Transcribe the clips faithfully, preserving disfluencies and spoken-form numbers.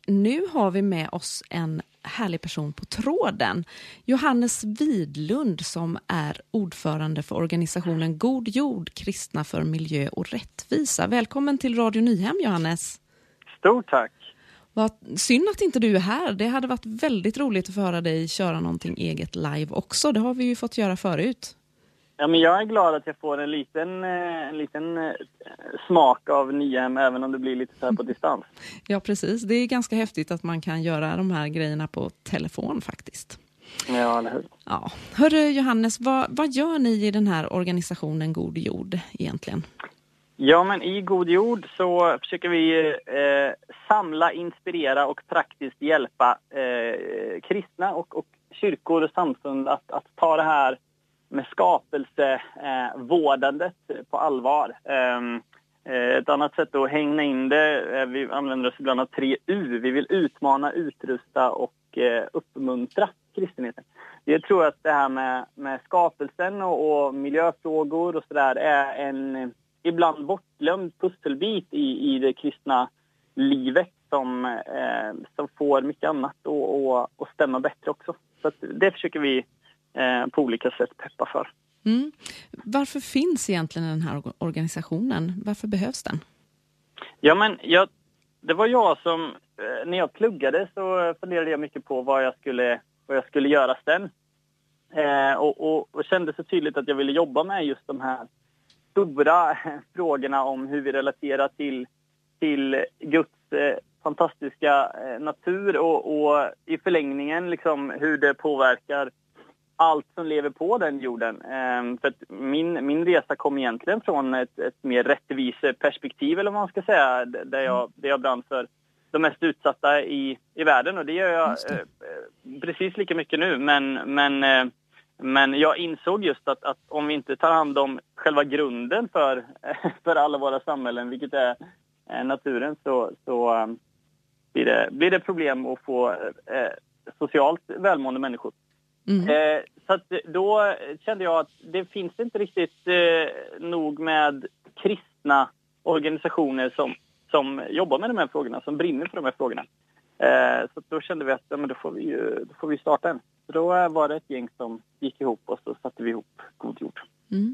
nu har vi med oss en härlig person på tråden. Johannes Widlund som är ordförande för organisationen God jord, kristna för miljö och rättvisa. Välkommen till Radio Nyhem, Johannes. Stort tack. Vad synd att inte du är här. Det hade varit väldigt roligt att få höra dig köra någonting eget live också. Det har vi ju fått göra förut. Ja, men jag är glad att jag får en liten, en liten smak av Nyhem, även om det blir lite så här på distans. Ja, precis. Det är ganska häftigt att man kan göra de här grejerna på telefon faktiskt. Ja, eller hur? Ja. Hörru Johannes, vad, vad gör ni i den här organisationen God jord egentligen? Ja, men i God jord så försöker vi eh, samla, inspirera och praktiskt hjälpa eh, kristna och, och kyrkor och samfund att, att ta det här med skapelsevårdandet eh, på allvar. Eh, ett annat sätt att hänga in det, eh, vi använder oss ibland av tre U. Vi vill utmana, utrusta och eh, uppmuntra kristenheten. Jag tror att det här med, med skapelsen och, och miljöfrågor och sådär är en ibland bortglömd pusselbit i, i det kristna livet som, eh, som får mycket annat att stämma bättre också. Så att det försöker vi eh, på olika sätt peppa för. Mm. Varför finns egentligen den här organisationen? Varför behövs den? Ja, men jag, det var jag som, eh, när jag pluggade så funderade jag mycket på vad jag skulle, vad jag skulle göra sen. Eh, och, och, och kände så tydligt att jag ville jobba med just de här stora frågorna om hur vi relaterar till, till Guds eh, fantastiska eh, natur och, och i förlängningen liksom hur det påverkar allt som lever på den jorden. Eh, för att min, min resa kom egentligen från ett, ett mer rättviseperspektiv, eller vad man ska säga, där jag, där jag brann för de mest utsatta i, i världen, och det gör jag eh, precis lika mycket nu, men, men eh, Men jag insåg just att, att om vi inte tar hand om själva grunden för, för alla våra samhällen, vilket är naturen, så, så um, blir, det, blir det problem att få eh, socialt välmående människor. Mm. Eh, så att då kände jag att det finns inte riktigt eh, nog med kristna organisationer som, som jobbar med de här frågorna, som brinner för de här frågorna. Eh, så då kände vi att ja, men då, får vi ju, då får vi starta en. Så då var det ett gäng som gick ihop och så satte vi ihop God jord. Mm.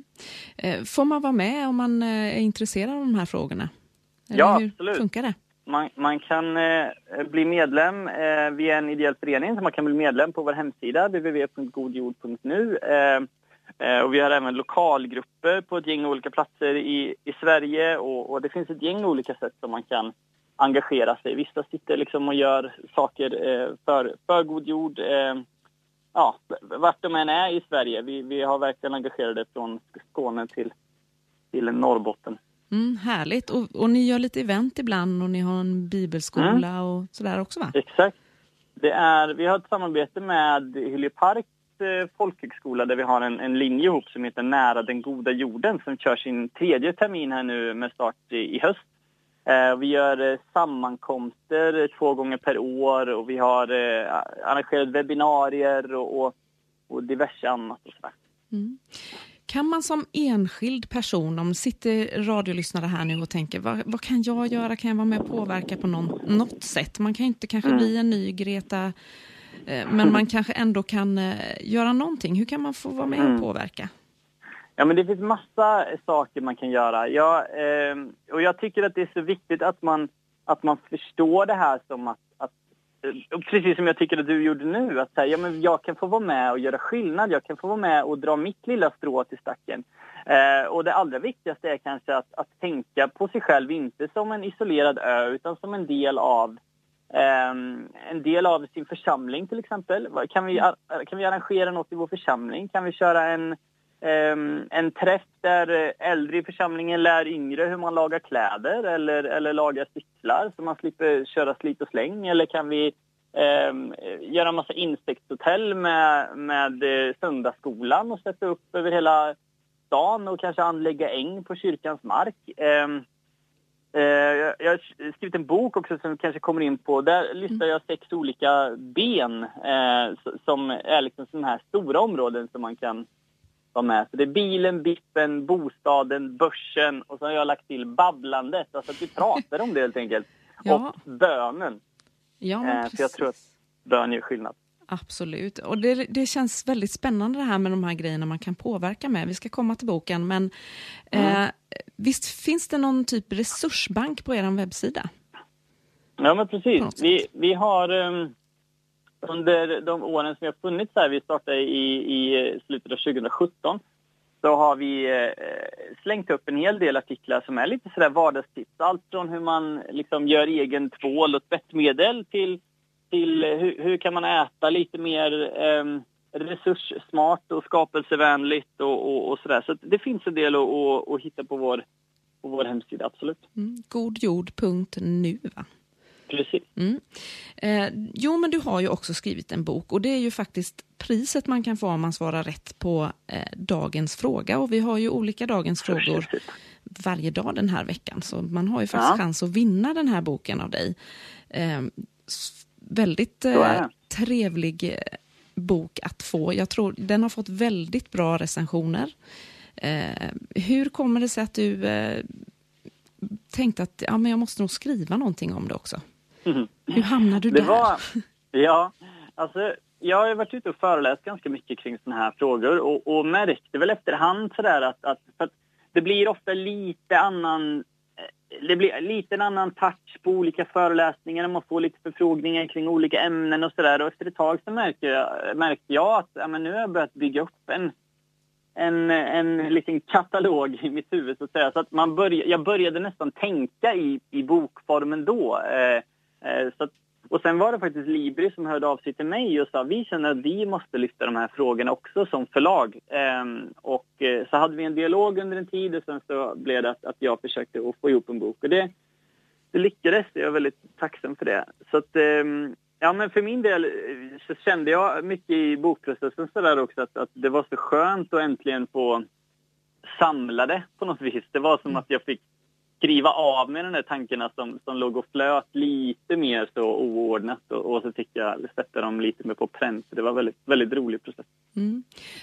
Får man vara med om man är intresserad av de här frågorna? Eller ja, hur absolut. Funkar det? Man, man kan eh, bli medlem eh, via en ideell förening, så man kan bli medlem på vår hemsida w w w punkt god jord punkt n u. Eh, eh, och vi har även lokalgrupper på ett gäng olika platser i, i Sverige, och, och det finns ett gäng olika sätt som man kan engagera sig. Vissa sitter liksom och gör saker eh, för, för God jord. Eh, Ja, vart de än är i Sverige. Vi, vi har verkligen engagerade från Skåne till, till Norrbotten. Mm, härligt. Och, och ni gör lite event ibland, och ni har en bibelskola mm. och sådär också, va? Exakt. Det är, vi har ett samarbete med Hyllie Parks eh, folkhögskola, där vi har en, en linje ihop som heter Nära den goda jorden, som kör sin tredje termin här nu med start i, i höst. Eh, vi gör eh, sammankomster eh, två gånger per år, och vi har eh, arrangerat webbinarier och, och, och diverse annat och sådär. Mm. Kan man som enskild person, om sitter radiolyssnare här nu och tänker, vad, vad kan jag göra? Kan jag vara med och påverka på någon, något sätt? Man kan inte kanske mm. bli en ny Greta, eh, men man kanske ändå kan eh, göra någonting. Hur kan man få vara med och påverka? Ja, men det finns massa saker man kan göra. Jag, eh, och jag tycker att det är så viktigt att man, att man förstår det här som att, att precis som jag tycker att du gjorde nu, att säga, ja, men jag kan få vara med och göra skillnad. Jag kan få vara med och dra mitt lilla strå till stacken. Eh, och det allra viktigaste är kanske att, att tänka på sig själv, inte som en isolerad ö, utan som en del av eh, en del av sin församling till exempel. Kan vi, kan vi arrangera något i vår församling? Kan vi köra en Um, en träff där äldre i församlingen lär yngre hur man lagar kläder eller, eller lagar cyklar så man slipper köra slit och släng? Eller kan vi um, göra en massa insektshotell med, med söndagsskolan och sätta upp över hela stan och kanske anlägga äng på kyrkans mark? Um, uh, jag, jag har skrivit en bok också som vi kanske kommer in på. Där listar jag sex olika ben uh, som är liksom sådana här stora områden som man kan med. Så det är bilen, biffen, bostaden, börsen, och så har jag lagt till babblandet. Alltså att vi pratar om det helt enkelt. Ja. Och bönen. Ja, men eh, för jag tror att bön gör skillnad. Absolut. Och det, det känns väldigt spännande det här med de här grejerna man kan påverka med. Vi ska komma till boken, men mm. eh, visst finns det någon typ resursbank på er webbsida? Ja, men precis. Vi, vi har um, under de åren som vi har funnits här, vi startade i, i slutet av tjugo sjutton, så har vi eh, slängt upp en hel del artiklar som är lite sådär vardagstips. Allt från hur man liksom gör egen tvål och tvättmedel till till hur, hur kan man äta lite mer eh, resurssmart och skapelsevänligt och, och, och sådär. Så det finns en del att, att, att hitta på vår, på vår hemsida, absolut. Mm, godjord punkt nu, va? Precis. Mm. Eh, jo, men du har ju också skrivit en bok, och det är ju faktiskt priset man kan få om man svarar rätt på eh, dagens fråga. Och vi har ju olika dagens frågor varje dag den här veckan, så man har ju faktiskt ja. chans att vinna den här boken av dig. Eh, Väldigt eh, trevlig eh, bok att få. Jag tror den har fått väldigt bra recensioner. Eh, hur kommer det sig att du eh, tänkte att ja, men jag måste nog skriva någonting om det också? Mm. Hur hamnade du det där? Var, ja, alltså jag har varit ute och föreläst ganska mycket kring såna här frågor och, och märkte väl efterhand sådär att, att, för att det blir ofta lite annan Det blir lite en annan touch på olika föreläsningar. Man får lite förfrågningar kring olika ämnen och sådär. Och efter ett tag så märkte jag, märkte jag att ja, men nu har jag börjat bygga upp en, en, en liten katalog i mitt huvud. Så att säga. Så att man började, jag började nästan tänka i, i bokformen då. Eh, eh, så att, och sen var det faktiskt Libri som hörde av sig till mig och sa vi känner att vi måste lyfta de här frågorna också som förlag. Eh, och eh, så hade vi en dialog under en tid och sen så blev det att, att jag försökte att få ihop en bok. Och det, det lyckades, jag är väldigt tacksam för det. Så att, eh, ja men för min del så kände jag mycket i bokprocessen så där också att, att det var så skönt att äntligen få samla det på något vis. Det var som att jag fick skriva av med de där tankarna som, som låg och flöt lite mer så oordnat och, och så fick jag sätta dem lite mer på pränt. Det var väldigt, väldigt rolig process. Mm.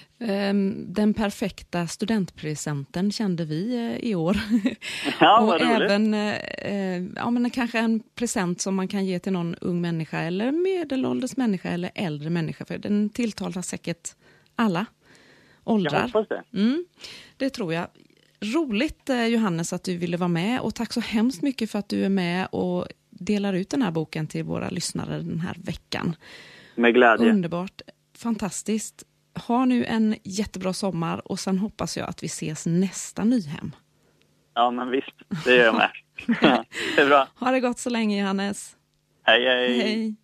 Den perfekta studentpresenten kände vi i år. Ja, och även ja, men kanske en present som man kan ge till någon ung människa eller medelålders människa eller äldre människa, för den tilltalar säkert alla åldrar. Jag hoppas det. Mm, det tror jag. Roligt Johannes att du ville vara med, och tack så hemskt mycket för att du är med och delar ut den här boken till våra lyssnare den här veckan. Med glädje. Underbart, fantastiskt. Ha nu en jättebra sommar och sen hoppas jag att vi ses nästa Nyhem. Ja men visst, det gör jag med. Det är bra. Ha det gott så länge Johannes. Hej hej. Hej.